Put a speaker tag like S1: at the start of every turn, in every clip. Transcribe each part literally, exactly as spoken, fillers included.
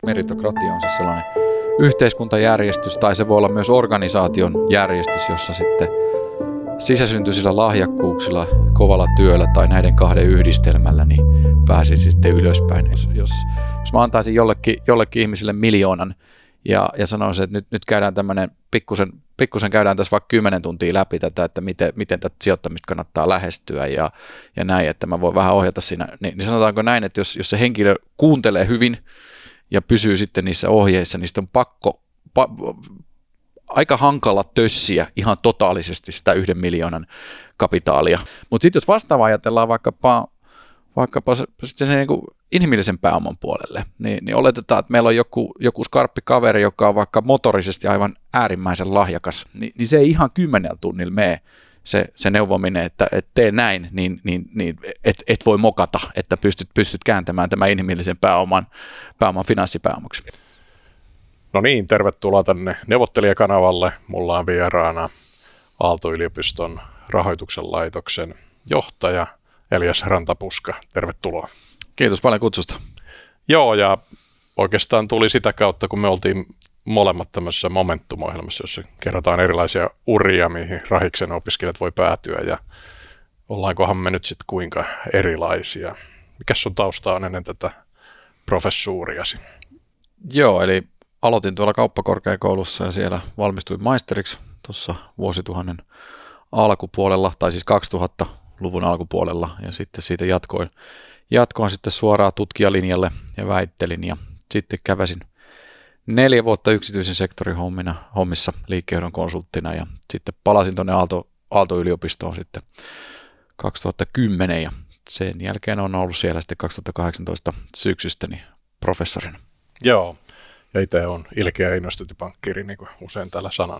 S1: Meritokratia on siis sellainen yhteiskuntajärjestys, tai se voi olla myös organisaation järjestys, jossa sitten sisäsyntyisillä lahjakkuuksilla, kovalla työllä tai näiden kahden yhdistelmällä niin pääsi sitten ylöspäin. Jos, jos, jos mä antaisin jollekin, jollekin ihmiselle miljoonan ja, ja sanoisin, että nyt, nyt käydään tämmöinen pikkusen, pikkusen käydään tässä vaikka kymmenen tuntia läpi tätä, että miten, miten tätä sijoittamista kannattaa lähestyä ja, ja näin, että mä voin vähän ohjata siinä, niin, niin sanotaanko näin, että jos, jos se henkilö kuuntelee hyvin ja pysyy sitten niissä ohjeissa, niin sitten on pakko, pa, aika hankala tössiä ihan totaalisesti sitä yhden miljoonan kapitaalia. Mutta sitten jos vastaavaa ajatellaan vaikkapa, vaikkapa sen niin kuin inhimillisen pääoman puolelle, niin, niin oletetaan, että meillä on joku, joku skarppi kaveri, joka on vaikka motorisesti aivan äärimmäisen lahjakas, niin, niin se ei ihan kymmenellä tunnilla mene se, se neuvominen, että et tee näin, niin, niin, niin et, et voi mokata, että pystyt, pystyt kääntämään tämän inhimillisen pääoman, pääoman finanssipääomaksi.
S2: No niin, tervetuloa tänne neuvottelijakanavalle. Mulla on vieraana Aalto-yliopiston rahoituksen laitoksen johtaja Elias Rantapuska. Tervetuloa.
S1: Kiitos paljon kutsusta.
S2: Joo, ja oikeastaan tuli sitä kautta, kun me oltiin molemmat tämmöisessä Momentum-ohjelmassa, jossa kerrotaan erilaisia uria, mihin rahiksen opiskelijat voi päätyä, ja ollaankohan me nyt sitten kuinka erilaisia. Mikäs sun tausta on ennen tätä professuuriasi?
S1: Joo, eli aloitin tuolla kauppakorkeakoulussa ja siellä valmistuin maisteriksi tuossa vuosituhannen alkupuolella, tai siis kaksituhattaluvun alkupuolella, ja sitten siitä jatkoin, jatkoin sitten suoraan tutkijalinjalle ja väittelin, ja sitten käväsin neljä vuotta yksityisen sektorin hommina, hommissa liikkeenjohdon konsulttina, ja sitten palasin tuonne Aalto, Aalto-yliopistoon sitten kaksituhattakymmenen, ja sen jälkeen on ollut siellä sitten kaksituhattakahdeksantoista syksystäni professorina.
S2: Joo. Ja itse on ilkeä investointipankkiiri, niin kuin usein täällä sanon.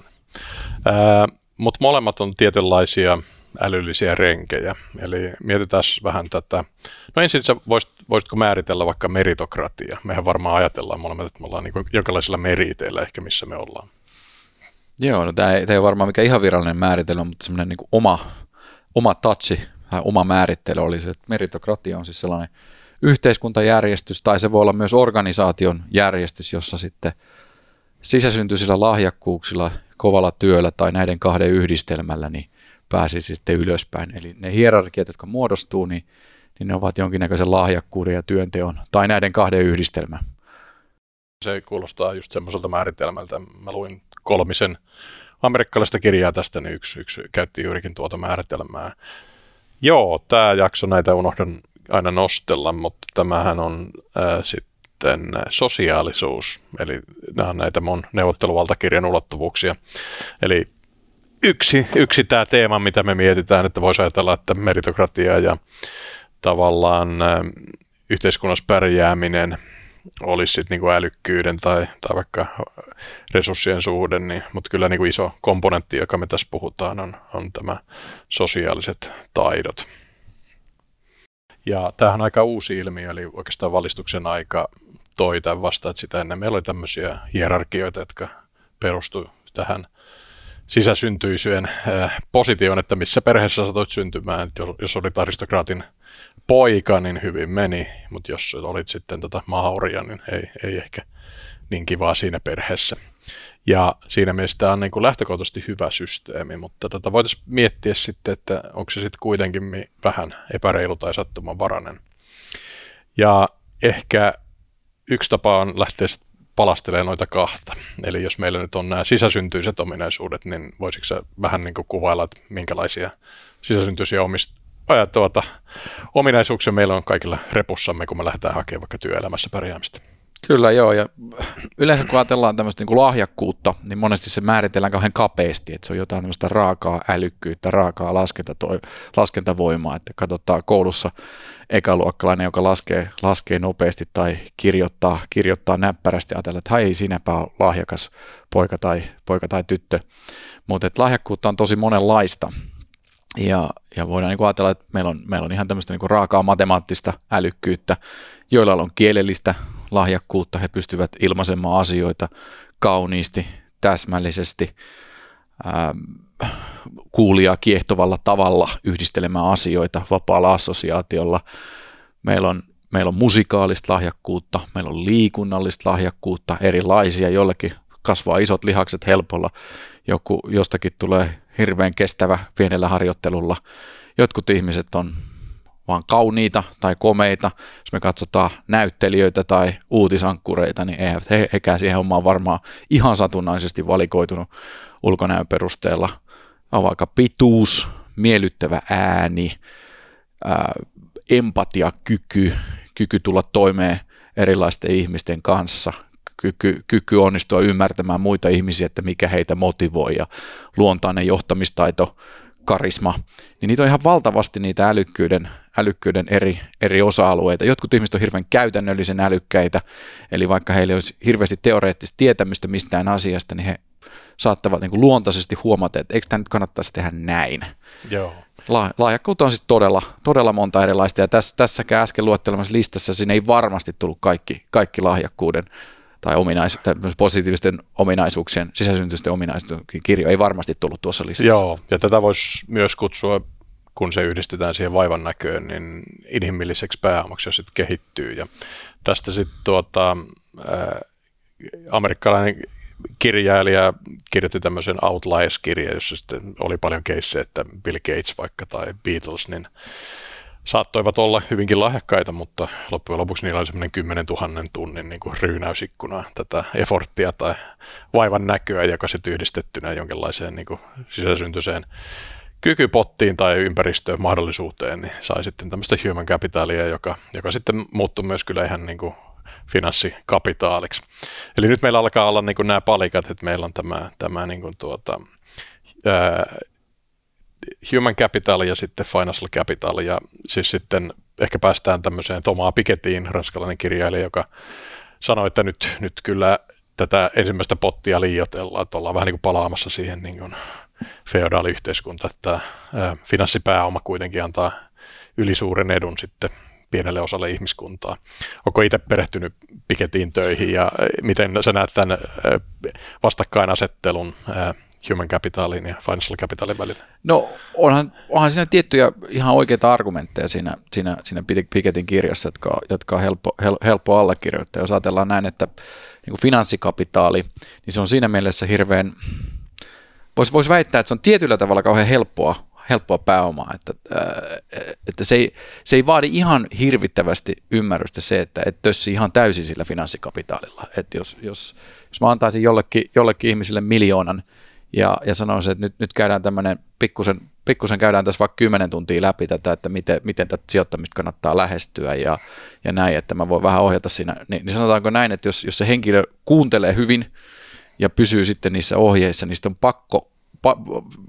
S2: Mutta molemmat on tietynlaisia älyllisiä renkejä. Eli mietitään vähän tätä. No ensin sä voisit, voisitko määritellä vaikka meritokratia? Mehän varmaan ajatellaan molemmat, että me ollaan niin kuin jonkinlaisilla meriteillä ehkä, missä me ollaan.
S1: Joo, no tämä ei, ei ole varmaan mikään ihan virallinen määritelmä, mutta semmoinen niin kuin oma, oma touchi, tai oma määrittely oli se, että meritokratia on siis sellainen yhteiskuntajärjestys, tai se voi olla myös organisaation järjestys, jossa sitten sisäsyntyisillä lahjakkuuksilla, kovalla työllä tai näiden kahden yhdistelmällä niin pääsi sitten ylöspäin. Eli ne hierarkiat, jotka muodostuu, niin, niin ne ovat jonkinnäköisen lahjakkuuden ja työnteon tai näiden kahden yhdistelmä.
S2: Se kuulostaa just semmoiselta määritelmältä. Mä luin kolmisen amerikkalaista kirjaa tästä, niin yksi, yksi käytti juurikin tuota määritelmää. Joo, tämä jakso näitä unohdan aina nostella, mutta tämähän on ää, sitten sosiaalisuus, eli nämä on näitä mun neuvotteluvaltakirjan ulottuvuuksia. Eli yksi, yksi tämä teema, mitä me mietitään, että voisi ajatella, että meritokratia ja tavallaan ää, yhteiskunnassa pärjääminen olisi sitten niinku älykkyyden tai, tai vaikka resurssien suhde, niin, mutta kyllä niinku iso komponentti, joka me tässä puhutaan, on, on tämä sosiaaliset taidot. Ja tämähän on aika uusi ilmiö, eli oikeastaan valistuksen aika toi tämän vasta, että sitä ennen meillä oli tämmöisiä hierarkioita, jotka perustuivat tähän sisäsyntyisyyden äh, positioon, että missä perheessä satoit syntymään. Että jos olit aristokraatin poika, niin hyvin meni, mutta jos olit sitten tota maauria, niin ei, ei ehkä niin kivaa siinä perheessä. Ja siinä mielessä tämä on niin kuin lähtökohtaisesti hyvä systeemi, mutta tota voitaisiin miettiä sitten, että onko se sitten kuitenkin vähän epäreilu tai sattumanvarainen. Ja ehkä yksi tapa on lähteä palastelemaan noita kahta. Eli jos meillä nyt on nämä sisäsyntyiset ominaisuudet, niin voisitko sä vähän niin kuin kuvailla, että minkälaisia sisäsyntyisiä omist- tuota, ominaisuuksia meillä on kaikilla repussamme, kun me lähdetään hakemaan vaikka työelämässä pärjäämistä?
S1: Kyllä joo, ja yleensä kun ajatellaan tämmöistä niin kuin lahjakkuutta, niin monesti se määritellään kauhean kapeasti, että se on jotain tämmöistä raakaa älykkyyttä, raakaa laskentavoimaa, että katsotaan koulussa ekaluokkalainen, joka laskee, laskee nopeasti tai kirjoittaa, kirjoittaa näppärästi, ajatellaan, että hei, sinäpä on lahjakas poika tai, poika tai tyttö, mutta lahjakkuutta on tosi monenlaista. Ja, ja voidaan niin kuin ajatella, että meillä on, meillä on ihan tämmöistä niin kuin raakaa matemaattista älykkyyttä, joilla on kielellistä lahjakkuutta, he pystyvät ilmaisemaan asioita kauniisti, täsmällisesti, ähm, kuulijaa kiehtovalla tavalla yhdistelemään asioita vapaalla assosiaatiolla. Meillä on, meillä on musikaalista lahjakkuutta, meillä on liikunnallista lahjakkuutta, erilaisia, jollekin kasvaa isot lihakset helpolla, joku jostakin tulee hirveän kestävä pienellä harjoittelulla. Jotkut ihmiset on vaan kauniita tai komeita. Jos me katsotaan näyttelijöitä tai uutisankkureita, niin eihän he, hekään siihen hommaan varmaan ihan satunnaisesti valikoitunut ulkonäön perusteella. On vaikka pituus, miellyttävä ääni, ää, empatiakyky, kyky tulla toimeen erilaisten ihmisten kanssa, kyky, kyky onnistua ymmärtämään muita ihmisiä, että mikä heitä motivoi, ja luontainen johtamistaito, karisma, niin niitä on ihan valtavasti niitä älykkyyden, älykkyyden eri, eri osa-alueita. Jotkut ihmiset on hirveän käytännöllisen älykkäitä, eli vaikka heillä olisi hirveästi teoreettista tietämystä mistään asiasta, niin he saattavat niin kuin luontaisesti huomata, että eikö tämä nyt kannattaisi tehdä näin.
S2: Joo.
S1: Lahjakkuutta on siis todella, todella monta erilaista, ja tässä, tässäkään äsken luettelemassa listassa siinä ei varmasti tullut kaikki, kaikki lahjakkuuden tai ominaisu- positiivisten ominaisuuksien, sisäsyntyisten ominaisuuksien kirjo ei varmasti tullut tuossa listassa.
S2: Joo, ja tätä voisi myös kutsua, kun se yhdistetään siihen vaivan näköön, niin inhimilliseksi pääomaksi, jos sitten kehittyy. Ja tästä sitten tuota, ää, amerikkalainen kirjailija kirjoitti tämmöisen Outliers-kirjan, jossa sitten oli paljon keissejä, että Bill Gates vaikka tai Beatles, niin saattoivat olla hyvinkin lahjakkaita, mutta loppujen lopuksi niillä oli semmoinen kymmenen tuhannen tunnin niin kuin ryynäysikkuna tätä efforttia tai vaivan näköä, joka sitten yhdistettynä jonkinlaiseen niin kuin sisäsyntyiseen kykypottiin tai ympäristöön mahdollisuuteen, niin sai sitten tämmöistä human capitalia, joka, joka sitten muuttui myös kyllä ihan niin kuin finanssikapitaaliksi. Eli nyt meillä alkaa olla niin kuin nämä palikat, että meillä on tämä, tämä niin kuin tuota, ää, human capital ja sitten financial capital, ja siis sitten ehkä päästään tämmöiseen Thomas Pikettyyn, ranskalainen kirjailija, joka sanoi, että nyt, nyt kyllä tätä ensimmäistä pottia liioitellaan, että ollaan vähän niin kuin palaamassa siihen niin kuin feodaaliyhteiskunta, että ää, finanssipääoma kuitenkin antaa ylisuuren edun sitten pienelle osalle ihmiskuntaa. Onko itse perehtynyt Pikettyin töihin ja miten sä näet tämän vastakkainasettelun human capitalin ja financial capitalin välillä?
S1: No onhan, onhan siinä tiettyjä ihan oikeita argumentteja siinä, siinä, siinä Pikettyn kirjassa, jotka, jotka on helppo, hel, helppo allekirjoittaa. Jos ajatellaan näin, että niin kuin finanssikapitaali, niin se on siinä mielessä hirveän, voisi vois väittää, että se on tietyllä tavalla kauhean helppoa, helppoa pääomaa, että, että se, ei, se ei vaadi ihan hirvittävästi ymmärrystä se, että et tössii ihan täysin sillä finanssikapitaalilla. Että jos, jos, jos mä antaisin jollekin, jollekin ihmisille miljoonan ja, ja sanoisin, että nyt, nyt käydään tämmöinen pikkusen, pikkusen käydään tässä vaikka kymmenen tuntia läpi tätä, että miten, miten tätä sijoittamista kannattaa lähestyä ja, ja näin, että mä voin vähän ohjata siinä, niin, niin sanotaanko näin, että jos, jos se henkilö kuuntelee hyvin ja pysyy sitten niissä ohjeissa, niin sitten on pakko, pa,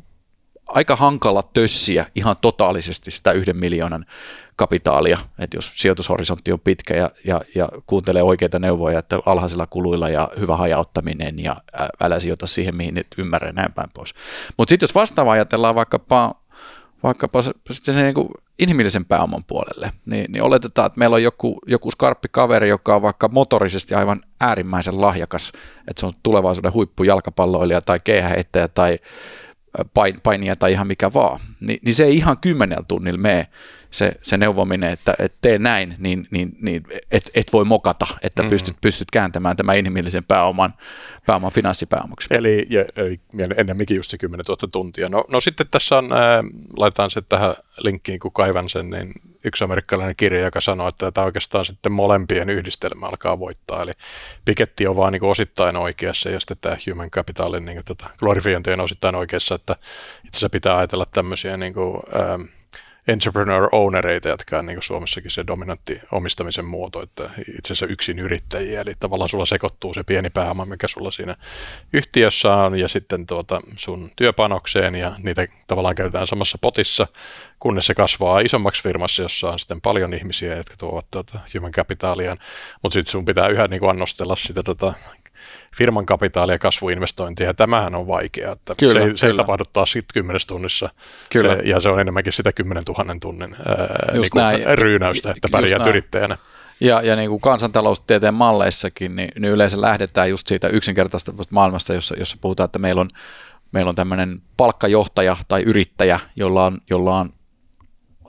S1: aika hankala tössiä ihan totaalisesti sitä yhden miljoonan kapitaalia, että jos sijoitushorisontti on pitkä ja, ja, ja kuuntelee oikeita neuvoja, että alhaisilla kuluilla ja hyvä hajauttaminen ja älä sijoita siihen, mihin et ymmärrä näin päin pois. Mutta sitten jos vastaavaa ajatellaan vaikkapa, vaikkapa sen niin kuin inhimillisen pääoman puolelle, niin, niin oletetaan, että meillä on joku, joku skarppi kaveri, joka on vaikka motorisesti aivan äärimmäisen lahjakas, että se on tulevaisuuden huippujalkapalloilija tai keihäheittäjä tai painija tai ihan mikä vaan, Ni, niin se ei ihan kymmenellä tunnilla mene se, se neuvominen, että et tee näin, niin, niin, niin et, et voi mokata, että mm-hmm. pystyt, pystyt kääntämään tämän inhimillisen pääoman, pääoman finanssipääomaksi.
S2: Eli ja, ennemminkin just se kymmenen tuhatta tuntia. No, no sitten tässä on, ää, laitetaan se tähän linkkiin, kun kaivan sen, niin yksi amerikkalainen kirja, joka sanoo, että tämä oikeastaan sitten molempien yhdistelmä alkaa voittaa. Eli Piketty on vaan niin kuin osittain oikeassa ja sitten tämä human capitalin niin kuin tätä glorifiointi on osittain oikeassa, että itse asiassa pitää ajatella tämmöisiä niin kuin, ää, entrepreneur-ownereita, jotka on niin kuin Suomessakin se dominantti omistamisen muoto, että itse asiassa yksin yrittäjiä, eli tavallaan sulla sekoittuu se pieni pääoma, mikä sulla siinä yhtiössä on, ja sitten tuota sun työpanokseen, ja niitä tavallaan käytetään samassa potissa, kunnes se kasvaa isommaksi firmassa, jossa on sitten paljon ihmisiä, jotka tuovat tuota human capitaliaan, mutta sitten sun pitää yhä niin kuin annostella sitä tuota firman kapitaalia ja kasvuinvestointia, ja tämähän on vaikeaa, että kyllä, se, ei, se ei tapahdu taas sitten kymmenessä tunnissa, se, ja se on enemmänkin sitä kymmenen tuhannen tunnin ää, niin kuin ryynäystä, että pärjäät yrittäjänä.
S1: Ja, ja niin kuin kansantaloustieteen malleissakin, niin, niin yleensä lähdetään just siitä yksinkertaisesta maailmasta, jossa, jossa puhutaan, että meillä on, meillä on tämmöinen palkkajohtaja tai yrittäjä, jolla on, jolla on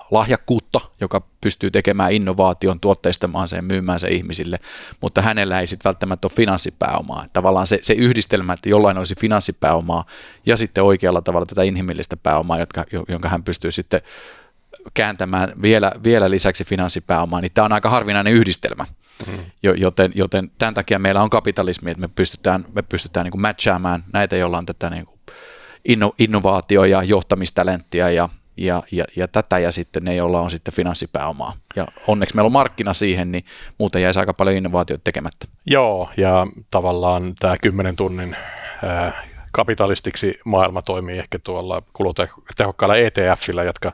S1: lahjakkuutta, joka pystyy tekemään innovaation, tuotteistamaan sen, myymään sen ihmisille, mutta hänellä ei sitten välttämättä ole finanssipääomaa. Tavallaan se, se yhdistelmä, että jollain olisi finanssipääomaa ja sitten oikealla tavalla tätä inhimillistä pääomaa, jotka, jonka hän pystyy sitten kääntämään vielä, vielä lisäksi finanssipääomaa, niin tämä on aika harvinainen yhdistelmä. Mm. Joten, joten tämän takia meillä on kapitalismi, että me pystytään, me pystytään niin kuin matchaamaan näitä, joilla on tätä niin kuin inno, innovaatio- ja johtamistalenttia ja, ja, ja, ja tätä, ja sitten ne, joilla on sitten finanssipääomaa. Ja onneksi meillä on markkina siihen, niin muuten jäisi aika paljon innovaatioita tekemättä.
S2: Joo, ja tavallaan tämä kymmenen tunnin ää, kapitalistiksi maailma toimii ehkä tuolla kulutehokkailla E T F:illä, jotka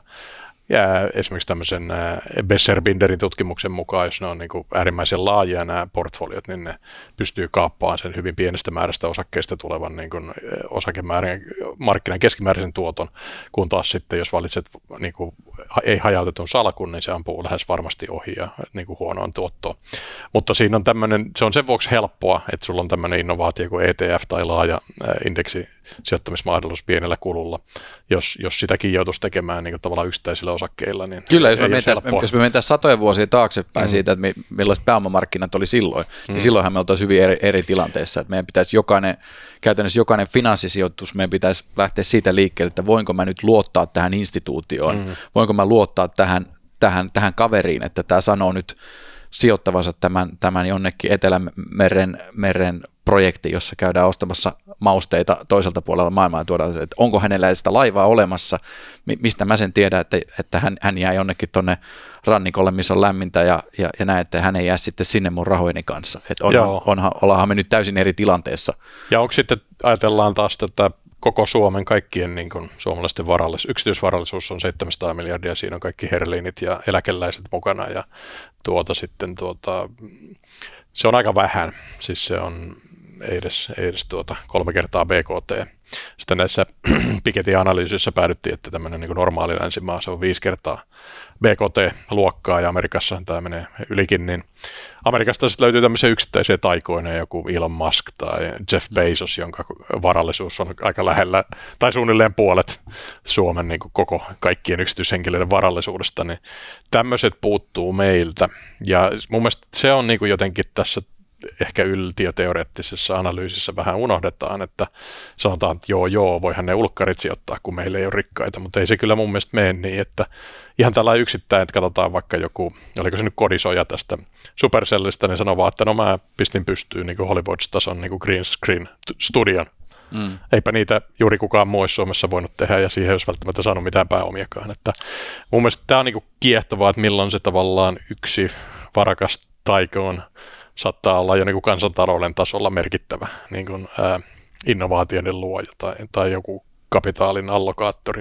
S2: ja esimerkiksi tämmöisen Besser-Binderin tutkimuksen mukaan, jos ne on niin kuin äärimmäisen laajia nämä portfoliot, niin ne pystyy kaappaamaan sen hyvin pienestä määrästä osakkeista tulevan niin kuin osakemäärän markkinan keskimääräisen tuoton, kun taas sitten jos valitset niin kuin ei hajautetun salkun, niin se ampuu lähes varmasti ohi ja niin kuin huonoon tuottoon. Mutta siinä on tämmöinen, se on sen vuoksi helppoa, että sulla on tämmöinen innovaatio kuin E T F tai laaja indeksi sijoittamismahdollisuus pienellä kululla, jos, jos sitäkin joutuisi tekemään niin kuin tavallaan yksittäisillä osakkeilla. Niin
S1: kyllä, jos me, mentäisiin, jos me mentäisiin satoja vuosia taaksepäin mm. siitä, että me, millaiset pääomamarkkinat oli silloin, mm. niin silloinhan me oltaisiin hyvin eri, eri tilanteessa. Että meidän pitäisi jokainen, käytännössä jokainen finanssisijoitus, meidän pitäisi lähteä siitä liikkeelle, että voinko mä nyt luottaa tähän instituutioon, mm. voinko mä luottaa tähän, tähän, tähän kaveriin, että tämä sanoo nyt sijoittavansa tämän, tämän jonnekin Etelämeren meren projekti, jossa käydään ostamassa mausteita toiselta puolella maailmaa ja tuodaan, että onko hänellä sitä laivaa olemassa, mistä mä sen tiedän, että, että hän, hän jää jonnekin tuonne rannikolle, missä on lämmintä ja, ja, ja näin, että hän ei jää sitten sinne mun rahojeni kanssa. Että onhan, onhan, ollaanhan me nyt täysin eri tilanteessa.
S2: Ja onko sitten, ajatellaan taas tätä koko Suomen kaikkien niin kuin suomalaisten varallisuus, yksityisvarallisuus on seitsemänsataa miljardia, siinä on kaikki herliinit ja eläkeläiset mukana ja tuota sitten tuota, se on aika vähän, siis se on ei edes, ei edes tuota kolme kertaa B K T. Sitten näissä Piketin analyysissä päädyttiin, että tämmöinen niin kuin normaali länsimaa, se on viisi kertaa B K T-luokkaa ja Amerikassa tämä menee ylikin, niin Amerikasta sitten löytyy tämmöisiä yksittäisiä taikoina, joku Elon Musk tai Jeff Bezos, jonka varallisuus on aika lähellä tai suunnilleen puolet Suomen niin kuin koko kaikkien yksityishenkilöiden varallisuudesta, niin tämmöiset puuttuu meiltä ja mun mielestä se on niin kuin jotenkin tässä ehkä yltiöteoreettisessa analyysissä vähän unohdetaan, että sanotaan, että joo joo, voihan ne ulkkarit sijoittaa, kun meillä ei ole rikkaita, mutta ei se kyllä mun mielestä mene niin, että ihan tällainen yksittäin, että katsotaan vaikka joku, oliko se nyt Kodisoja tästä Supercellista, niin sanoo vaan, että no mä pistin pystyyn niin kuin Hollywood-tason niin kuin green screen studion. Mm. Eipä niitä juuri kukaan muu olisi Suomessa voinut tehdä ja siihen ei olisi välttämättä saanut mitään pääomiakaan. Että mun mielestä tämä on niin kuin kiehtovaa, että milloin se tavallaan yksi varakas taikoon saattaa olla jo niin kuin kansantalouden tasolla merkittävä niin kuin, ää, innovaatioiden luoja tai, tai joku kapitaalin allokaattori.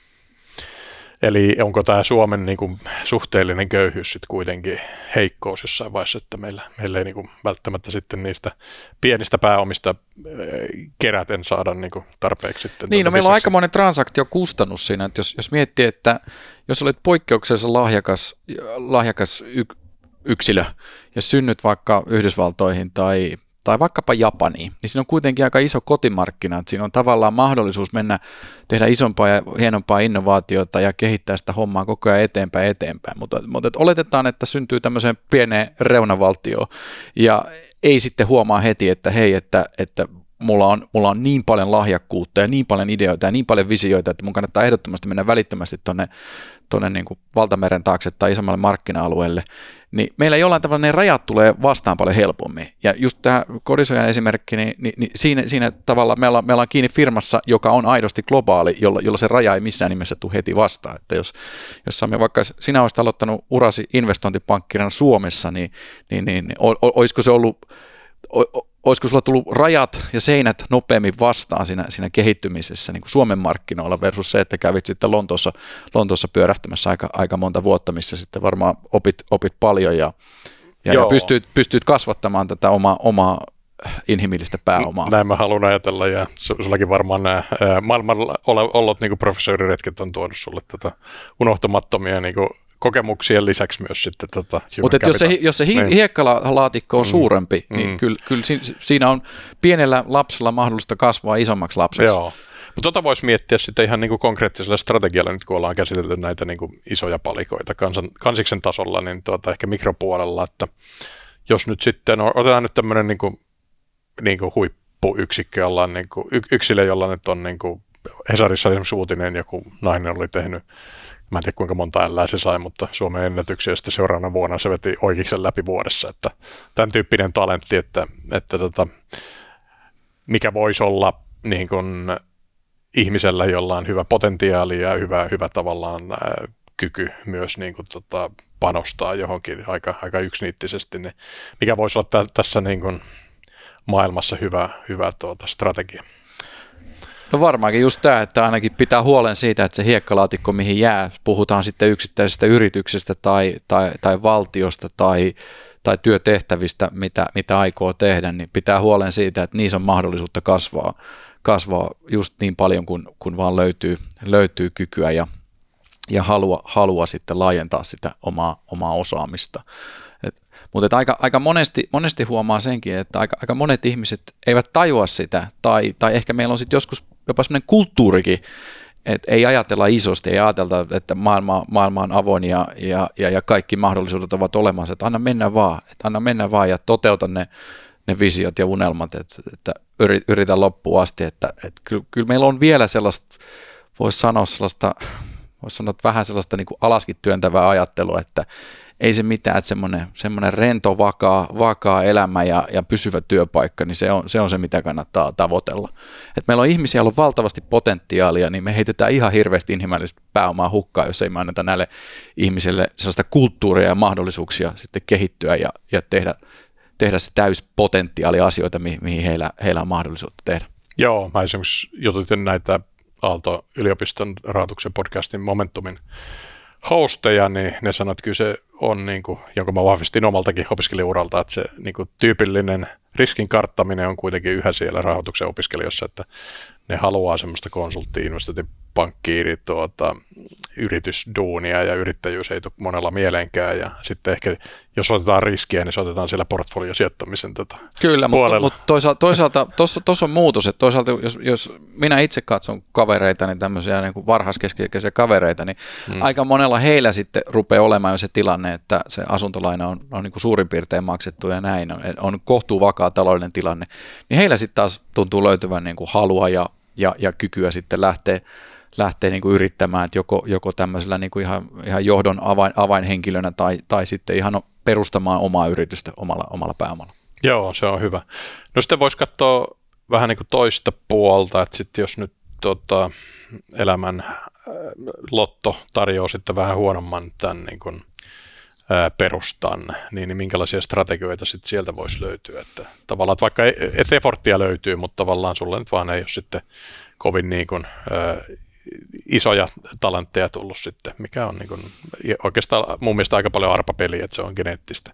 S2: Eli onko tämä Suomen niin kuin, suhteellinen köyhyys sitten kuitenkin heikkous jossain vaiheessa, että meillä, meillä ei niin kuin, välttämättä sitten niistä pienistä pääomista ää, keräten saada niin kuin, tarpeeksi. Sitten
S1: niin, no meillä on aikamoinen transaktiokustannus siinä, että jos, jos miettii, että jos olet poikkeuksellisen lahjakas, lahjakas y- yksilö ja synnyt vaikka Yhdysvaltoihin tai, tai vaikkapa Japaniin, niin siinä on kuitenkin aika iso kotimarkkina, että siinä on tavallaan mahdollisuus mennä tehdä isompaa ja hienompaa innovaatiota ja kehittää sitä hommaa koko ajan eteenpäin eteenpäin, mutta, mutta oletetaan, että syntyy tämmöiseen pieneen reunavaltioon ja ei sitten huomaa heti, että hei, että, että Mulla on, mulla on niin paljon lahjakkuutta ja niin paljon ideoita ja niin paljon visioita, että mun kannattaa ehdottomasti mennä välittömästi tuonne tonne niin kuin valtameren taakse tai isommalle markkina-alueelle, niin meillä jollain tavalla ne rajat tulee vastaan paljon helpommin. Ja just tämä Kodisojan esimerkki, niin, niin, niin siinä, siinä tavalla me ollaan, me ollaan kiinni firmassa, joka on aidosti globaali, jolla, jolla se raja ei missään nimessä tule heti vastaan. Että jos, jos Sami, vaikka sinä olisit aloittanut urasi investointipankkirina Suomessa, niin, niin, niin, niin olisiko se ollut... O, Olisiko sulla tullut rajat ja seinät nopeammin vastaan siinä, siinä kehittymisessä niin kuin Suomen markkinoilla versus se, että kävit sitten Lontoossa, Lontoossa pyörähtämässä aika, aika monta vuotta, missä sitten varmaan opit, opit paljon ja, ja, ja pystyt, pystyt kasvattamaan tätä omaa, omaa inhimillistä pääomaa.
S2: Näin mä haluan ajatella ja sullakin varmaan nämä maailmalla olot niin kuin professoriretket on tuonut sulle tätä unohtumattomia niin kuin kokemuksien lisäksi myös sitten tota
S1: mutta jos se, jos se hi- niin. hiekkalaatikko on mm. suurempi, niin mm. kyllä, kyllä siinä on pienellä lapsella mahdollista kasvaa isommaksi lapseksi.
S2: Joo, Mutta tota voisi miettiä sitten ihan niin kuin konkreettisella strategialla, nyt kun ollaan käsitelty näitä niin kuin isoja palikoita kansan, kansiksen tasolla, niin tuota, ehkä mikropuolella, että jos nyt sitten, otetaan nyt tämmöinen niin kuin, niin kuin huippuyksikkö, jolla on niin kuin, yksilö, jolla nyt on niin kuin Hesarissa esimerkiksi uutinen, joku nainen oli tehnyt, mä en tiedä kuinka monta ällää se sai, mutta Suomen ennätyksiä sitten seuraavana vuonna se veti oikeiksen läpi vuodessa, että tämän tyyppinen talentti, että, että tota, mikä voisi olla niin kuin ihmisellä, jolla on hyvä potentiaali ja hyvä, hyvä tavallaan ää, kyky myös niin kuin, tota, panostaa johonkin aika, aika yksiniittisesti, niin mikä voisi olla tä, tässä niin kuin maailmassa hyvä, hyvä tuota, strategia?
S1: No varmaankin just tämä, että ainakin pitää huolen siitä, että se hiekkalaatikko, mihin jää, puhutaan sitten yksittäisestä yrityksestä tai, tai, tai valtiosta tai, tai työtehtävistä, mitä, mitä aikoo tehdä, niin pitää huolen siitä, että niissä on mahdollisuutta kasvaa, kasvaa just niin paljon, kun, kun vaan löytyy, löytyy kykyä ja, ja halua, halua sitten laajentaa sitä omaa, omaa osaamista. Et, mutta aika, aika monesti, monesti huomaa senkin, että aika, aika monet ihmiset eivät tajua sitä, tai, tai ehkä meillä on sitten joskus jopa sellainen kulttuurikin, että ei ajatella isosti, ei ajatella, että maailma, maailma on avoin ja, ja, ja kaikki mahdollisuudet ovat olemassa, että anna mennä vaan, että anna mennä vaan ja toteuta ne, ne visiot ja unelmat, että, että yritä loppuun asti, että, että kyllä, kyllä meillä on vielä sellaista, voisi sanoa sellaista, voisi sanoa vähän sellaista niin kuin alaskin työntävää ajattelua, että ei se mitään, että semmoinen, semmoinen rento, vakaa, vakaa elämä ja, ja pysyvä työpaikka, niin se on, se on se, mitä kannattaa tavoitella. Et meillä on ihmisiä, joilla on valtavasti potentiaalia, niin me heitetään ihan hirveästi inhimillistä pääomaa hukkaan, jos ei me anneta näille ihmisille sellaista kulttuuria ja mahdollisuuksia sitten kehittyä ja, ja tehdä, tehdä se täyspotentiaali asioita, mihin, mihin heillä, heillä on mahdollisuutta tehdä.
S2: Joo, mä esimerkiksi jututin näitä Aalto-yliopiston rahoituksen podcastin Momentumin hosteja, niin ne sanovat, että kyllä se on, niin kuin, jonka mä vahvistin omaltakin opiskelijauralta, että se niin kuin, tyypillinen riskin karttaminen on kuitenkin yhä siellä rahoituksen opiskelijoissa, että ne haluaa semmoista konsulttia, investointipankkiiri, tuota, yritysduunia ja yrittäjyys ei tule monella mieleenkään ja sitten ehkä jos otetaan riskiä, niin se otetaan siellä portfoliosijoittamisen tota
S1: Kyllä,
S2: puolella.
S1: mutta, mutta toisaalta, toisaalta tuossa on muutos, että toisaalta jos, jos minä itse katson kavereita, niin tämmöisiä niin kuin varhaiskeskeisiä kavereita, niin hmm. aika monella heillä sitten rupeaa olemaan jo se tilanne, että se asuntolaina on, on niin kuin suurin piirtein maksettu ja näin, on, on kohtuu vakaa taloudellinen tilanne, niin heillä sitten taas tuntuu löytyvän niin kuin halua ja, ja, ja kykyä sitten lähteä lähtee niin kuin yrittämään, että joko, joko tämmöisellä niin kuin ihan, ihan johdon avain, avainhenkilönä tai, tai sitten ihan perustamaan omaa yritystä omalla, omalla pääomalla.
S2: Joo, se on hyvä. No sitten voisi katsoa vähän niin kuin toista puolta, että sitten jos nyt tota, elämän lotto tarjoaa sitten vähän huonomman tämän niin kuin, ää, perustan, niin, niin minkälaisia strategioita sitten sieltä voisi löytyä, että tavallaan, että vaikka et efforttia löytyy, mutta tavallaan sulle nyt vaan ei ole sitten kovin niin kuin, ää, isoja talentteja tullut sitten, mikä on niin kuin, oikeastaan mun mielestä aika paljon arpapeliä, että se on geneettistä.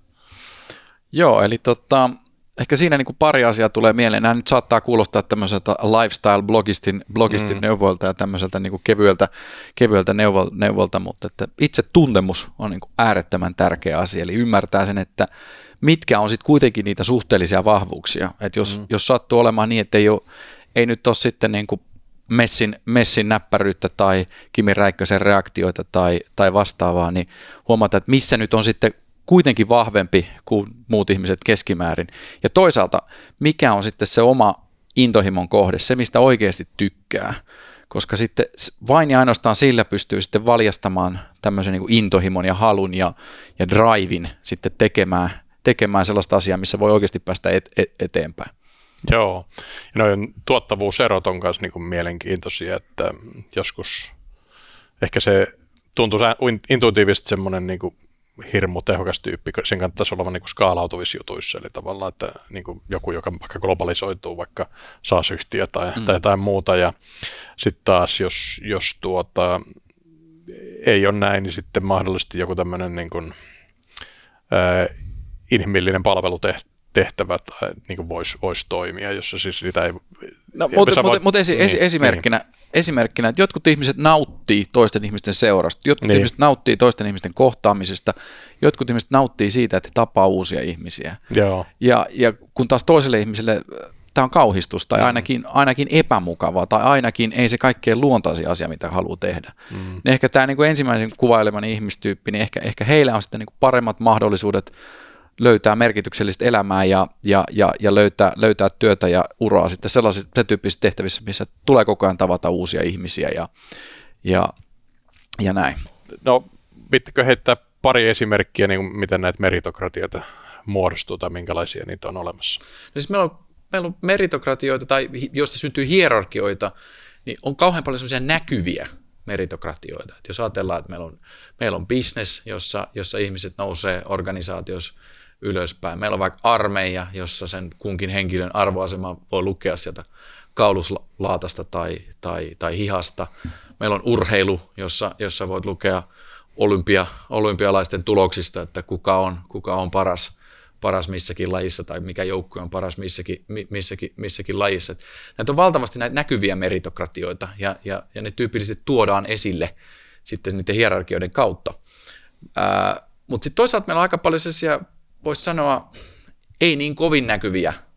S1: Joo, eli tota, ehkä siinä niin kuin pari asiaa tulee mieleen. Nämä nyt saattaa kuulostaa tämmöiseltä lifestyle-blogistin blogistin mm. neuvoilta ja tämmöiseltä niin kuin kevyeltä, kevyeltä neuvo, neuvolta, mutta että itse tuntemus on niin kuin äärettömän tärkeä asia, eli ymmärtää sen, että mitkä on sitten kuitenkin niitä suhteellisia vahvuuksia. Että jos, mm. jos sattuu olemaan niin, että ei, ole, ei nyt ole sitten niin kuin Messin, Messin näppäryyttä tai Kimi Räikkösen reaktioita tai, tai vastaavaa, niin huomataan, että missä nyt on sitten kuitenkin vahvempi kuin muut ihmiset keskimäärin. Ja toisaalta, mikä on sitten se oma intohimon kohde, se mistä oikeasti tykkää, koska sitten vain ja ainoastaan sillä pystyy sitten valjastamaan tämmöisen niin kuin intohimon ja halun ja, ja drivein sitten tekemään, tekemään sellaista asiaa, missä voi oikeasti päästä et, et, eteenpäin.
S2: Joo, ja noin tuottavuuserot on myös niin kuin mielenkiintoisia, että joskus ehkä se tuntuu intuitiivisesti semmoinen niin kuin hirmu tehokas tyyppi, sen kannattaisi olla niin kuin skaalautuvissa jutuissa, eli tavallaan, että niin kuin joku, joka vaikka globalisoituu, vaikka SaaS-yhtiö tai, mm. tai jotain muuta, ja sitten taas, jos, jos tuota, ei ole näin, niin sitten mahdollisesti joku tämmöinen niin kuin, ää, inhimillinen palvelutehtävä, tehtävät niin voisi vois toimia, jossa siis sitä ei...
S1: No, mutta voit, mut esi, esi, niin, esimerkkinä, niin. esimerkkinä, että jotkut ihmiset nauttii toisten ihmisten seurasta, jotkut niin. ihmiset nauttii toisten ihmisten kohtaamisesta, jotkut ihmiset nauttii siitä, että he tapaa uusia ihmisiä.
S2: Joo.
S1: Ja, ja kun taas toiselle ihmiselle tämä on kauhistus tai ainakin, ainakin epämukavaa tai ainakin ei se kaikkein luontaisin asia, mitä haluaa tehdä. Mm. Niin ehkä tämä niin kuin ensimmäisen kuvailemani ihmistyyppi, niin ehkä, ehkä heillä on sitten niin kuin paremmat mahdollisuudet löytää merkityksellistä elämää ja, ja, ja, ja löytää, löytää työtä ja uraa sitten sellaisissa tyyppisissä tehtävissä, missä tulee koko ajan tavata uusia ihmisiä ja, ja, ja näin.
S2: No, pittikö heittää pari esimerkkiä, niin kuin miten näitä meritokratioita muodostuu tai minkälaisia niitä on olemassa? No
S1: siis meillä on, meillä on meritokratioita tai joista syntyy hierarkioita, niin on kauhean paljon sellaisia näkyviä meritokratioita. Et jos ajatellaan, että meillä on, meillä on business, jossa, jossa ihmiset nousee organisaatiossa ylöspäin. Meillä on vaikka armeija, jossa sen kunkin henkilön arvoasema voi lukea sieltä kauluslaatasta tai, tai, tai hihasta. Meillä on urheilu, jossa, jossa voit lukea olympia, olympialaisten tuloksista, että kuka on, kuka on paras, paras missäkin lajissa tai mikä joukkue on paras missäkin, missäkin, missäkin lajissa. Et näitä on valtavasti näitä näkyviä meritokratioita ja, ja, ja ne tyypillisesti tuodaan esille sitten niiden hierarkioiden kautta. Mutta sitten toisaalta meillä on aika paljon sellaisia, voisi sanoa, ei niin kovin näkyviä äh,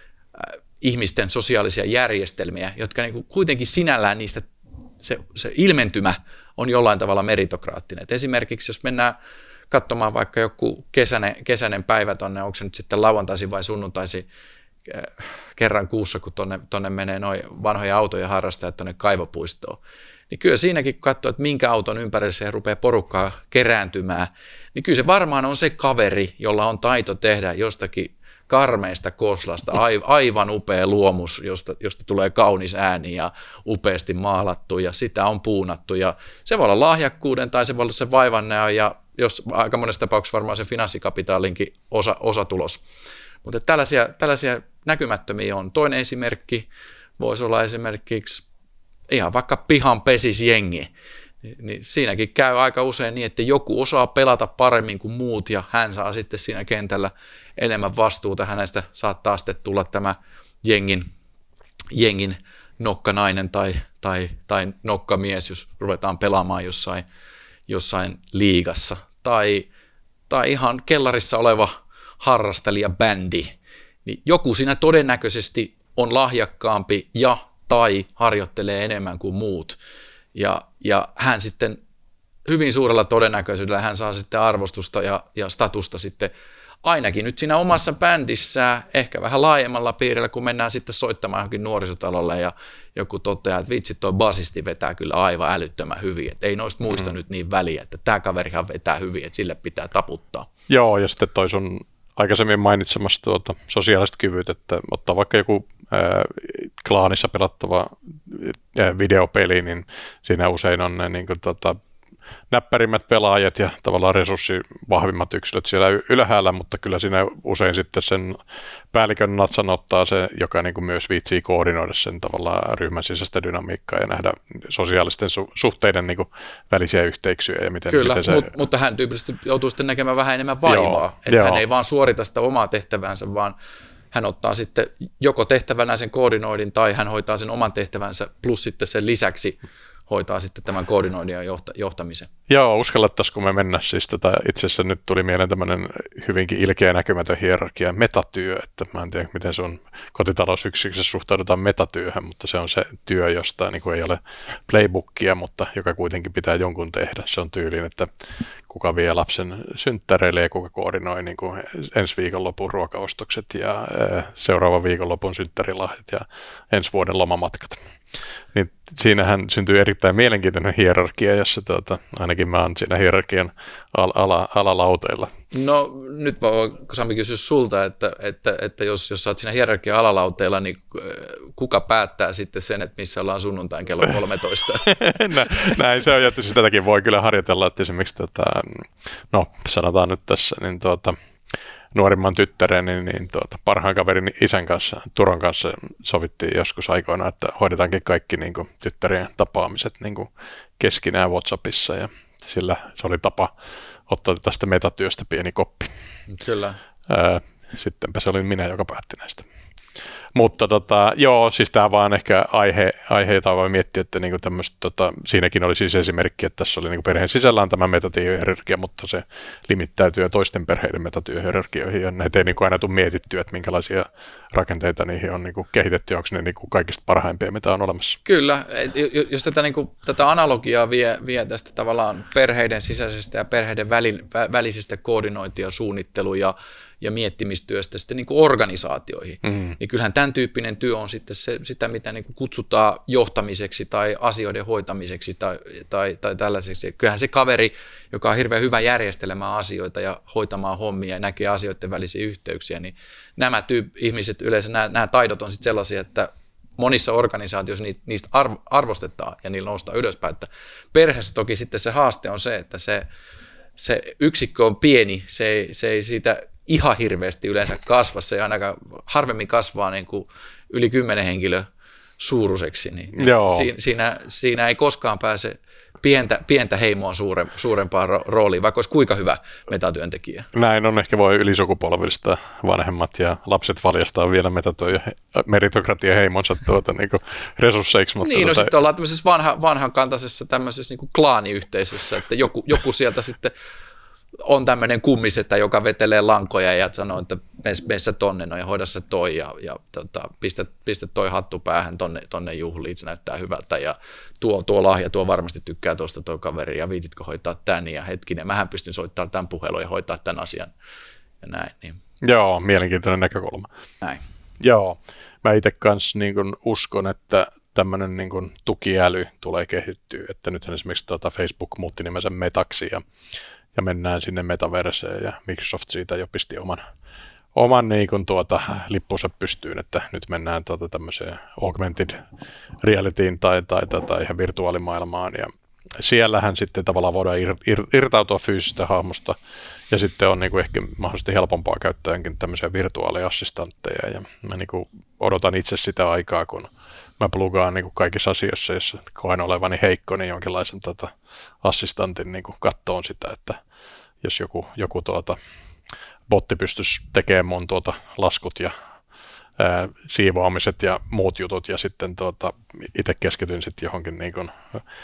S1: ihmisten sosiaalisia järjestelmiä, jotka niinku kuitenkin sinällään niistä se, se ilmentymä on jollain tavalla meritokraattinen. Et esimerkiksi jos mennään katsomaan vaikka joku kesäinen, kesäinen päivä tuonne, onko se nyt sitten lauantaisin vai sunnuntaisin äh, kerran kuussa, kun tuonne, tuonne menee noin vanhoja autoja harrastajat tuonne kaivopuistoon, niin kyllä siinäkin kun katsoo, että minkä auton ympärillä se rupeaa porukkaa kerääntymään, niin kyllä se varmaan on se kaveri, jolla on taito tehdä jostakin karmeista koslasta aivan upea luomus, josta, josta tulee kaunis ääni ja upeasti maalattu ja sitä on puunattu. Ja se voi olla lahjakkuuden tai se voi olla se vaivannäö ja jos aika monessa tapauksessa varmaan se finanssikapitaalinkin osa, osatulos. Mutta tällaisia, tällaisia näkymättömiä on. Toinen esimerkki voisi olla esimerkiksi ihan vaikka pihan pesisjengi, niin siinäkin käy aika usein niin, että joku osaa pelata paremmin kuin muut ja hän saa sitten siinä kentällä enemmän vastuuta. Hänestä saattaa sitten tulla tämä jengin, jengin nokkanainen tai, tai, tai nokkamies, jos ruvetaan pelaamaan jossain, jossain liigassa. Tai, tai ihan kellarissa oleva harrastelijabändi. Niin joku siinä todennäköisesti on lahjakkaampi ja tai harjoittelee enemmän kuin muut. Ja, ja hän sitten hyvin suurella todennäköisyydellä hän saa sitten arvostusta ja, ja statusta sitten ainakin nyt siinä omassa bändissään, ehkä vähän laajemmalla piirillä, kun mennään sitten soittamaan johonkin nuorisotalolle ja joku toteaa, että vitsi, toi basisti vetää kyllä aivan älyttömän hyvin, että ei noista muista mm. nyt niin väliä, että tämä kaverihan vetää hyvin, että sille pitää taputtaa.
S2: Joo, ja sitten toi sun aikaisemmin mainitsemassa tuota sosiaaliset kyvyt, että ottaa vaikka joku ää, klaanissa pelattava ää, videopeli, niin siinä usein on ne niin kuin, tota, näppärimmät pelaajat ja tavallaan resurssivahvimmat yksilöt siellä ylhäällä, mutta kyllä siinä usein sitten sen päällikön natsan ottaa se, joka niin kuin myös viitsii koordinoida sen tavallaan ryhmän sisäistä dynamiikkaa ja nähdä sosiaalisten su- suhteiden niin kuin välisiä yhteyksiä ja miten,
S1: kyllä,
S2: miten se...
S1: Mut, mutta hän tyypillisesti joutuu sitten näkemään vähän enemmän vaivaa, joo, että joo. Hän ei vaan suorita sitä omaa tehtävänsä, vaan hän ottaa sitten joko tehtävänä sen koordinoidin tai hän hoitaa sen oman tehtävänsä plus sitten sen lisäksi hoitaa sitten tämän koordinoinnin ja johta- johtamisen.
S2: Joo, uskallettaisiin, me mennä siis tätä, itse asiassa nyt tuli mieleen tämmöinen hyvinkin ilkeä näkymätön hierarkia, metatyö, että mä en tiedä, miten sun kotitalousyksikössä suhtaudutaan metatyöhön, mutta se on se työ, josta niin kuin ei ole playbookia, mutta joka kuitenkin pitää jonkun tehdä. Se on tyyliin, että kuka vie lapsen synttäreille ja kuka koordinoi niin kuin ensi viikonlopun ruokaostokset ja seuraavan viikonlopun synttärilahjat ja ensi vuoden lomamatkat. Niin siinähän syntyy erittäin mielenkiintoinen hierarkia, jossa tuota, ainakin mä oon siinä hierarkian al- ala- alalauteilla.
S1: No nyt mä voin Sami kysyä sulta, että, että, että jos, jos sä oot siinä hierarkian alalauteilla, niin kuka päättää sitten sen, että missä ollaan sunnuntain kello kolmetoista?
S2: Näin se on, ja sitäkin voi kyllä harjoitella, että esimerkiksi, tota, no sanotaan nyt tässä, niin tuota, nuorimman tyttäreni, niin tuota, parhaan kaverin isän kanssa, Turon kanssa sovittiin joskus aikoina, että hoidetaankin kaikki niin kuin, tyttärien tapaamiset niin kuin, keskinään WhatsAppissa ja sillä se oli tapa ottaa tästä metatyöstä pieni koppi.
S1: Kyllä.
S2: Ää, sittenpä se oli minä, joka päätti näistä. Mutta tota, joo, siis tämä vaan ehkä aihe, aiheita voi miettiä, että niinku tämmöistä, tota, siinäkin oli siis esimerkki, että tässä oli niinku perheen sisällä on tämä metatyöhierarkia, mutta se limittäytyy toisten perheiden metatyöhierarkioihin, ja näitä ei niinku aina tule mietittyä, että minkälaisia rakenteita niihin on niinku kehitetty, onko ne niinku kaikista parhaimpia, mitä on olemassa.
S1: Kyllä, jos tätä, niinku, tätä analogiaa vie, vie tästä tavallaan perheiden sisäisestä ja perheiden välin, välisestä koordinointia, suunnittelu ja ja miettimistyöstä sitten niin kuin organisaatioihin, mm. niin kyllähän tämän tyyppinen työ on sitten se, sitä, mitä niin kuin kutsutaan johtamiseksi tai asioiden hoitamiseksi tai, tai, tai tällaiseksi. Kyllähän se kaveri, joka on hirveän hyvä järjestelemään asioita ja hoitamaan hommia ja näkee asioiden välisiä yhteyksiä, niin nämä tyyp- ihmiset yleensä, nämä, nämä taidot on sitten sellaisia, että monissa organisaatioissa niistä arvostetaan ja niillä noustaan ylöspäin. Että perheessä toki sitten se haaste on se, että se, se yksikkö on pieni, se ei, se ei siitä ihan hirveästi yleensä kasva, se ei ainakaan harvemmin kasvaa niin kuin yli kymmenen henkilö suuruiseksi, niin si, siinä, siinä ei koskaan pääse pientä, pientä heimoa suure, suurempaan ro, rooliin, vaikka olisi kuinka hyvä metatyöntekijä.
S2: Näin on, ehkä voi ylisukupolvista vanhemmat ja lapset valjastaa vielä metatyö- ja meritokratia heimonsa tuota, niin kuin resursseiksi. Mutta
S1: niin, no
S2: tuota...
S1: sitten ollaan tämmöisessä vanha, vanhankantaisessa tämmöisessä niin kuin klaaniyhteisössä, että joku, joku sieltä sitten on tämmöinen kummisetä, joka vetelee lankoja ja sanoo, että mene sä tonne no, ja hoida se toi ja, ja tota, pistä, pistä toi hattu päähän tonne, tonne juhliin, se näyttää hyvältä ja tuo, tuo lahja, tuo varmasti tykkää tuosta tuo kaveri ja viititkö hoitaa tän ja hetkinen, mähän pystyn soittamaan tämän puhelun ja hoitaa tämän asian ja näin. Niin.
S2: Joo, mielenkiintoinen näkökulma.
S1: Näin.
S2: Joo, mä itse kanssa niin kun uskon, että tämmöinen niin kun tukiäly tulee kehittyä, että nythän esimerkiksi tuota Facebook muutti nimensä Metaksi ja ja mennään sinne metaverseen ja Microsoft siitä jo pisti oman, oman niin kuin tuota, lippunsa pystyyn, että nyt mennään tuota tämmöiseen augmented realityin tai, tai, tai, tai ihan virtuaalimaailmaan ja siellähän sitten tavallaan voidaan ir, ir, irtautua fyysisestä hahmosta ja sitten on niin kuin ehkä mahdollisesti helpompaa käyttääkin tämmöisiä virtuaaliassistantteja ja mä niin kuin odotan itse sitä aikaa, kun mä plugaan niin kuin kaikissa asioissa, jos koen olevani heikko, niin jonkinlaisen tota, assistantin niin kuin kattoon sitä, että jos joku, joku tuota, botti pystyisi tekemään mun tuota, laskut ja ää, siivoamiset ja muut jutut ja sitten tuota, itse keskityn sitten johonkin niin kuin,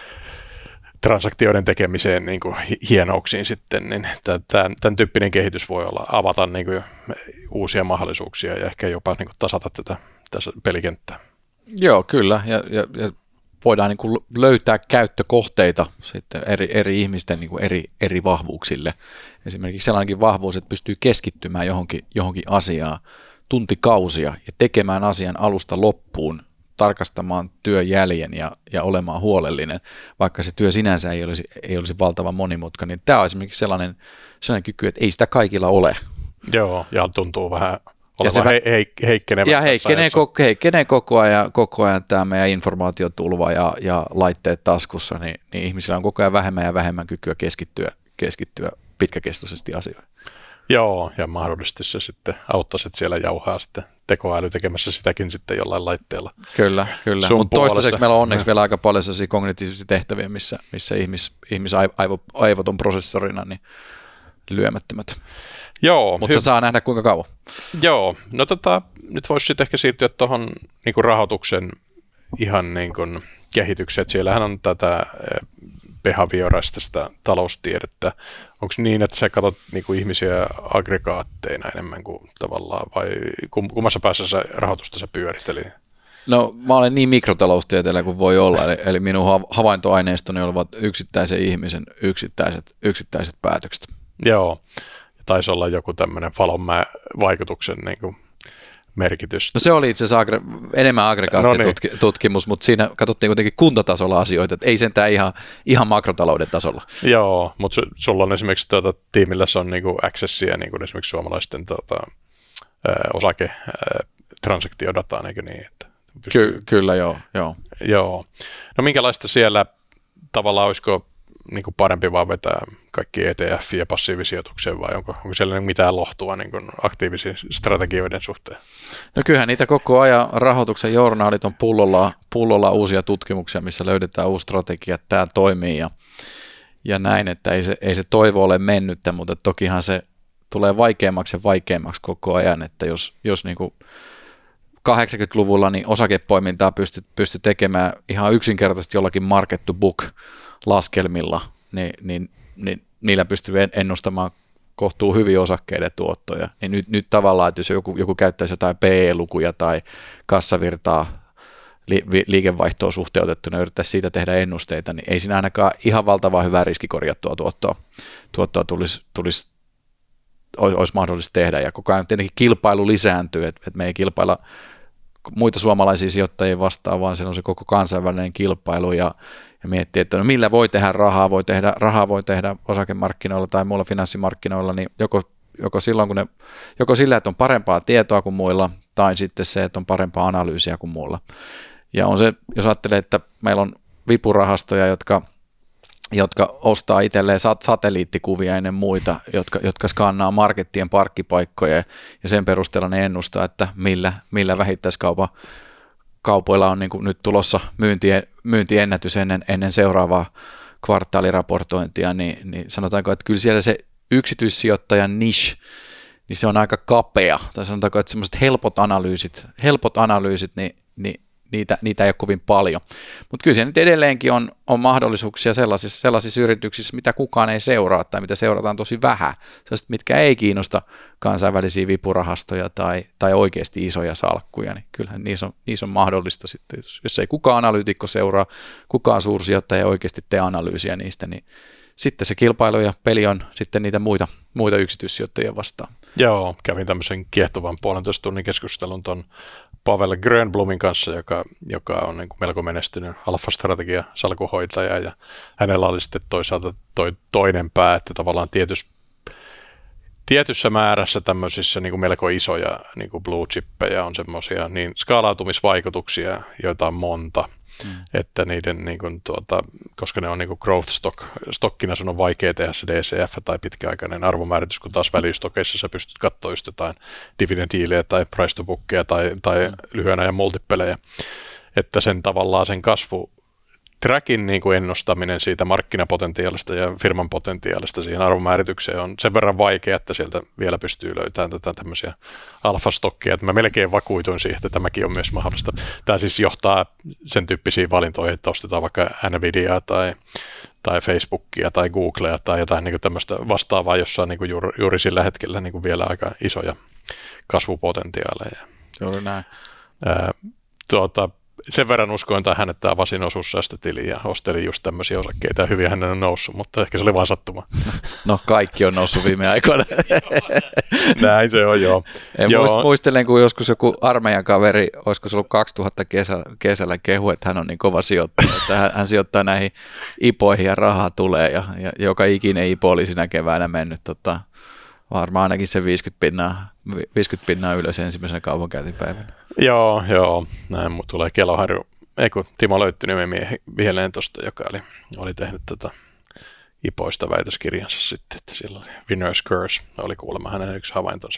S2: transaktioiden tekemiseen niin kuin hienouksiin sitten, niin tämän, tämän tyyppinen kehitys voi olla avata niin kuin uusia mahdollisuuksia ja ehkä jopa niin kuin tasata tätä tässä pelikenttää.
S1: Joo, kyllä, ja, ja, ja voidaan niin kuin löytää käyttökohteita sitten eri, eri ihmisten niin kuin eri, eri vahvuuksille. Esimerkiksi sellainenkin vahvuus, että pystyy keskittymään johonkin, johonkin asiaan tuntikausia ja tekemään asian alusta loppuun, tarkastamaan työn jäljen ja, ja olemaan huolellinen, vaikka se työ sinänsä ei olisi, ei olisi valtavan monimutkainen. Niin tämä on esimerkiksi sellainen, sellainen kyky, että ei sitä kaikilla ole.
S2: Joo, ja tuntuu vähän olevan he, he, heikkenevä.
S1: Ja heikkenee, koko, heikkenee koko ajan, koko ajan tämä meidän informaatiotulva ja, ja laitteet taskussa, niin, niin ihmisillä on koko ajan vähemmän ja vähemmän kykyä keskittyä, keskittyä pitkäkestoisesti asioihin.
S2: Joo, ja mahdollisesti se sitten auttaisi, että siellä jauhaa sitten tekoäly tekemässä sitäkin sitten jollain laitteella.
S1: Kyllä, kyllä. Mutta toistaiseksi meillä on onneksi vielä aika paljon sellaisia kognitiivisia tehtäviä, missä, missä ihmis, ihmisaivot on prosessorina niin lyömättömät.
S2: Joo.
S1: Mutta se saa nähdä kuinka kauan.
S2: Joo, no tota, nyt voisi sitten ehkä siirtyä tuohon niinku rahoituksen ihan niinku kehitykseen. Siellähän on tätä behavioristista taloustiedettä. Onko niin, että sä katsot niinku ihmisiä aggregaatteina enemmän kuin tavallaan, vai kummassa päässä sä rahoitusta sä pyörit? Eli...
S1: No mä olen niin mikrotaloustieteilijä kuin voi olla, eli, eli minun havaintoaineistoni ovat yksittäisen ihmisen yksittäiset, yksittäiset päätökset.
S2: Joo, taisi olla joku tämmöinen Fallonmäe-vaikutuksen niin kuin merkitys.
S1: No se oli itse asiassa agre- enemmän aggregaattitutkimus, no niin. Mutta siinä katsottiin kuitenkin kuntatasolla asioita, että ei sentään ihan, ihan makrotalouden tasolla.
S2: Joo, mutta su- sulla on esimerkiksi tuota, tiimillä se on niinku accessia niin kuin esimerkiksi suomalaisten tuota, osaketransaktiodataan, eikö niin? Että pystyy...
S1: Ky- kyllä, joo, joo.
S2: Joo. No minkälaista siellä tavallaan olisiko niin kuin parempi vaan vetää kaikki E T F ja passiivisijoituksen vai onko, onko siellä mitään lohtua niin kuin aktiivisiin strategioiden suhteen?
S1: No kyllähän niitä koko ajan rahoituksen journaalit on pullolla, pullolla uusia tutkimuksia, missä löydetään uusi strategia, että tämä toimii ja, ja näin, että ei se, ei se toivo ole mennyttä, mutta tokihan se tulee vaikeammaksi ja vaikeammaksi koko ajan, että jos, jos niin kuin kahdeksankymmentäluvulla niin osakepoimintaa pystyi pysty tekemään ihan yksinkertaisesti jollakin market to book laskelmilla, niin, niin, niin niillä pystyy ennustamaan kohtuu hyvin osakkeiden tuottoja. Niin nyt, nyt tavallaan, että jos joku, joku käyttäisi jotain P E-lukuja tai kassavirtaa li, liikevaihtoon suhteutettuna ja yrittäisi siitä tehdä ennusteita, niin ei siinä ainakaan ihan valtavan hyvää riskikorjattua tuottoa, tuottoa tulisi, tulisi, olisi mahdollista tehdä. Ja koko ajan tietenkin kilpailu lisääntyy, että, että me ei kilpailla muita suomalaisia sijoittajia vastaan, vaan se on se koko kansainvälinen kilpailu ja ja miettii, että no millä voi tehdä rahaa, voi tehdä, rahaa voi tehdä osakemarkkinoilla tai muilla finanssimarkkinoilla, niin joko, joko, silloin, kun ne, joko sillä, että on parempaa tietoa kuin muilla, tai sitten se, että on parempaa analyysiä kuin muilla. Ja on se, jos ajattelee, että meillä on vipurahastoja, jotka, jotka ostaa itselleen sat- satelliittikuvia ennen muita, jotka, jotka skannaa markettien parkkipaikkoja, ja sen perusteella ne ennustaa, että millä, millä vähittäiskaupan kaupoilla on niin kuin nyt tulossa myyntie, myyntiennätys ennen, ennen seuraavaa kvartaaliraportointia, niin, niin sanotaanko, että kyllä siellä se yksityissijoittajan niche, niin se on aika kapea, tai sanotaanko, että semmoiset helpot analyysit, helpot analyysit, niin, niin niitä, niitä ei ole kovin paljon. Mutta kyllä siellä nyt edelleenkin on, on mahdollisuuksia sellaisissa, sellaisissa yrityksissä, mitä kukaan ei seuraa tai mitä seurataan tosi vähän, sellaiset, mitkä ei kiinnosta kansainvälisiä vipurahastoja tai, tai oikeasti isoja salkkuja, niin kyllähän niissä on, niissä on mahdollista sitten, jos, jos ei kukaan analyytikko seuraa, kukaan suursijoittaja ei oikeasti tee analyysiä niistä, niin sitten se kilpailu ja peli on sitten niitä muita, muita yksityissijoittajia vastaan.
S2: Joo, kävin tämmöisen kiehtovan puolentoista tunnin keskustelun tuon Pavel Grönblumin kanssa, joka, joka on niin kuin melko menestynyt alfa-strategia salkuhoitaja, ja hänellä oli sitten toisaalta toi toinen pää, että tavallaan tietyssä, tietyssä määrässä tämmöisissä niin kuin melko isoja niin kuin blue chippejä on semmoisia niin skaalautumisvaikutuksia, joita on monta, mm. että niiden, niin kuin, tuota, koska ne on niin kuin growth stock, stockina sun on vaikea tehdä se D C F tai pitkäaikainen arvomääritys, kun taas välistokeissa sä pystyt katsoa just jotain dividend yieldia tai price to bookia tai, tai mm. lyhyen ajan multipelejä, että sen tavallaan sen kasvu trackin niin kuin ennustaminen siitä markkinapotentiaalista ja firman potentiaalista siihen arvomääritykseen on sen verran vaikea, että sieltä vielä pystyy löytämään tätä tämmöisiä alfastokkia, että mä melkein vakuutuin siihen, että tämäkin on myös mahdollista. Tämä siis johtaa sen tyyppisiin valintoihin, että ostetaan vaikka Nvidiaa tai, tai Facebookia tai Googlea tai jotain niin kuin tämmöistä vastaavaa, jossa on niin kuin juuri, juuri sillä hetkellä niin kuin vielä aika isoja kasvupotentiaaleja.
S1: Juuri näin.
S2: Ää, tuota, sen verran uskoin tähän, että avasin osuussäästötiliin ja ostelin just tämmöisiä osakkeita ja hyvin hänen on noussut, mutta ehkä se oli vain sattuma.
S1: No kaikki on noussut viime aikoina.
S2: Näin se on, joo.
S1: En joo. Muistelen, kun joskus joku armeijan kaveri, olisiko se ollut kaksituhatta kesä, kesällä kehu, että hän on niin kova sijoittaja, että hän, hän sijoittaa näihin ipoihin ja rahaa tulee ja, ja joka ikinen ipo oli siinä keväänä mennyt tota, varmaan ainakin se viisikymmentä pinnaa, viisikymmentä pinnaa ylös ensimmäisenä kaupankäyntipäivänä.
S2: Joo, joo. Näin mun tulee Keloharju. Ei kun Timo löytti nimen mieleen tuosta, joka oli, oli tehnyt tätä ipoista väitöskirjansa sitten, että sillä oli Winner's Curse, oli kuulemma hänen yksi havaintonsa.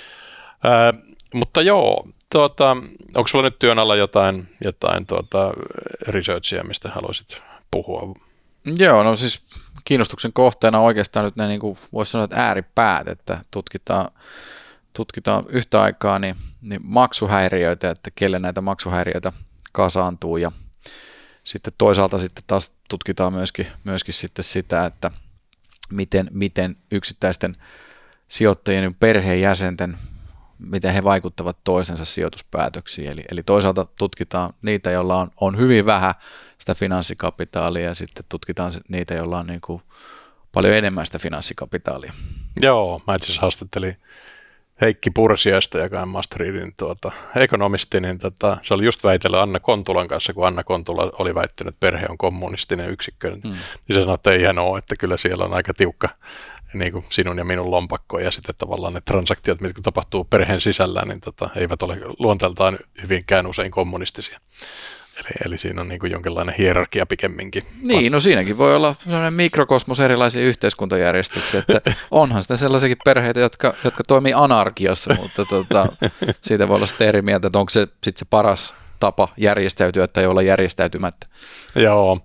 S2: Ää, mutta joo, tuota, onko sulla nyt työn alla jotain, jotain tuota researchia, mistä haluaisit puhua?
S1: Joo, no siis kiinnostuksen kohteena oikeastaan nyt ne, niin kuin voisi sanoa, että ääripäät, että tutkitaan tutkitaan yhtä aikaa niin, niin maksuhäiriöitä, että kelle näitä maksuhäiriöitä kasaantuu ja sitten toisaalta sitten taas tutkitaan myöskin, myöskin sitten sitä, että miten, miten yksittäisten sijoittajien perheenjäsenten, miten he vaikuttavat toisensa sijoituspäätöksiin. Eli, eli toisaalta tutkitaan niitä, joilla on, on hyvin vähän sitä finanssikapitaalia ja sitten tutkitaan niitä, joilla on niin kuin paljon enemmän sitä finanssikapitaalia.
S2: Joo, mä itse asiassa haastattelin Heikki Pursiaista, joka on Maastrichtin tuota, ekonomisti, niin tota, se oli just väitellyt Anna Kontulan kanssa, kun Anna Kontula oli väittänyt, että perhe on kommunistinen yksikkö, mm. niin se sanoi, että eihän ole, että kyllä siellä on aika tiukka niin kuin sinun ja minun lompakko, ja sitten tavallaan ne transaktiot, mitkä tapahtuu perheen sisällä, niin tota, eivät ole luonteeltaan hyvinkään usein kommunistisia. Eli, eli siinä on niin kuin jonkinlainen hierarkia pikemminkin.
S1: Niin, no siinäkin voi olla sellainen mikrokosmos erilaisia yhteiskuntajärjestyksiä, että onhan sitä sellaisiakin perheitä, jotka, jotka toimii anarkiassa, mutta tota, siitä voi olla sitten eri mieltä, että onko se sitten se paras tapa järjestäytyä tai olla järjestäytymättä.
S2: Joo,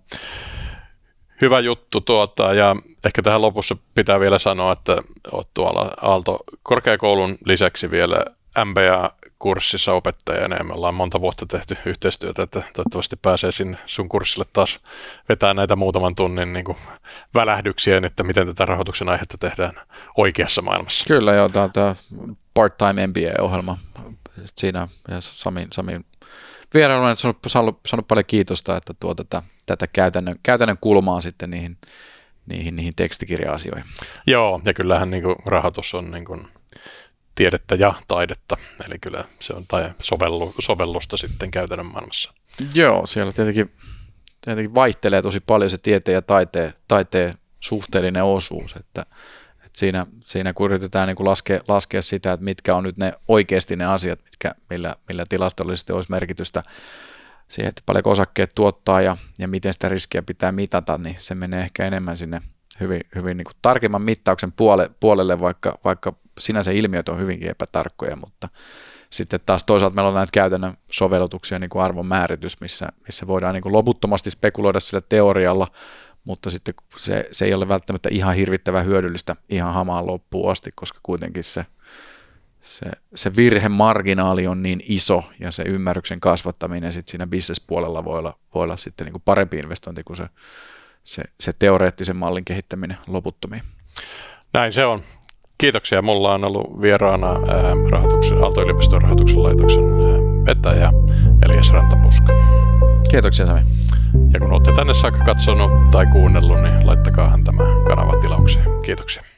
S2: hyvä juttu tuota, ja ehkä tähän lopussa pitää vielä sanoa, että olet tuolla Aalto-korkeakoulun lisäksi vielä M B A-kurssissa opettajana ja me ollaan monta vuotta tehty yhteistyötä, että toivottavasti pääsee sinne sun kurssille taas vetää näitä muutaman tunnin niin kuin välähdyksiä, että miten tätä rahoituksen aihetta tehdään oikeassa maailmassa.
S1: Kyllä joo, tämä on tämä part-time M B A-ohjelma siinä ja Samin, Samin vierailulla on saanut, saanut paljon kiitosta, että tuo tätä, tätä käytännön, käytännön kulmaa sitten niihin, niihin, niihin tekstikirja-asioihin.
S2: Joo, ja kyllähän niin kuin rahoitus on niin kuin tiedettä ja taidetta, eli kyllä se on tai sovellu, sovellusta sitten käytännön maailmassa.
S1: Joo, siellä tietenkin, tietenkin vaihtelee tosi paljon se tieteen ja taiteen, taiteen suhteellinen osuus, että, että siinä, siinä kun yritetään niin kuin laskea, laskea sitä, että mitkä on nyt ne oikeasti ne asiat, mitkä, millä, millä tilastollisesti olisi merkitystä siihen, että paljonko osakkeet tuottaa ja, ja miten sitä riskiä pitää mitata, niin se menee ehkä enemmän sinne hyvin, hyvin niin kuin tarkemman mittauksen puole, puolelle, vaikka, vaikka sinänsä ilmiöt on hyvinkin epätarkkoja, mutta sitten taas toisaalta meillä on näitä käytännön sovellutuksia, niin kuin arvon määritys, missä, missä voidaan niin kuin loputtomasti spekuloida sillä teorialla, mutta sitten se, se ei ole välttämättä ihan hirvittävän hyödyllistä ihan hamaan loppuun asti, koska kuitenkin se, se, se virhemarginaali on niin iso ja se ymmärryksen kasvattaminen sitten siinä business-puolella voi olla, voi olla sitten niin kuin parempi investointi kuin se, se, se teoreettisen mallin kehittäminen loputtomiin.
S2: Näin se on. Kiitoksia. Mulla on ollut vieraana ää, rahoituksen, Aalto-yliopiston rahoituksen laitoksen ää, vetäjä Elias Rantapuska.
S1: Kiitoksia Sami.
S2: Ja kun olette tänne saakka katsonut tai kuunnellut, niin laittakaahan tämä kanava tilaukseen. Kiitoksia.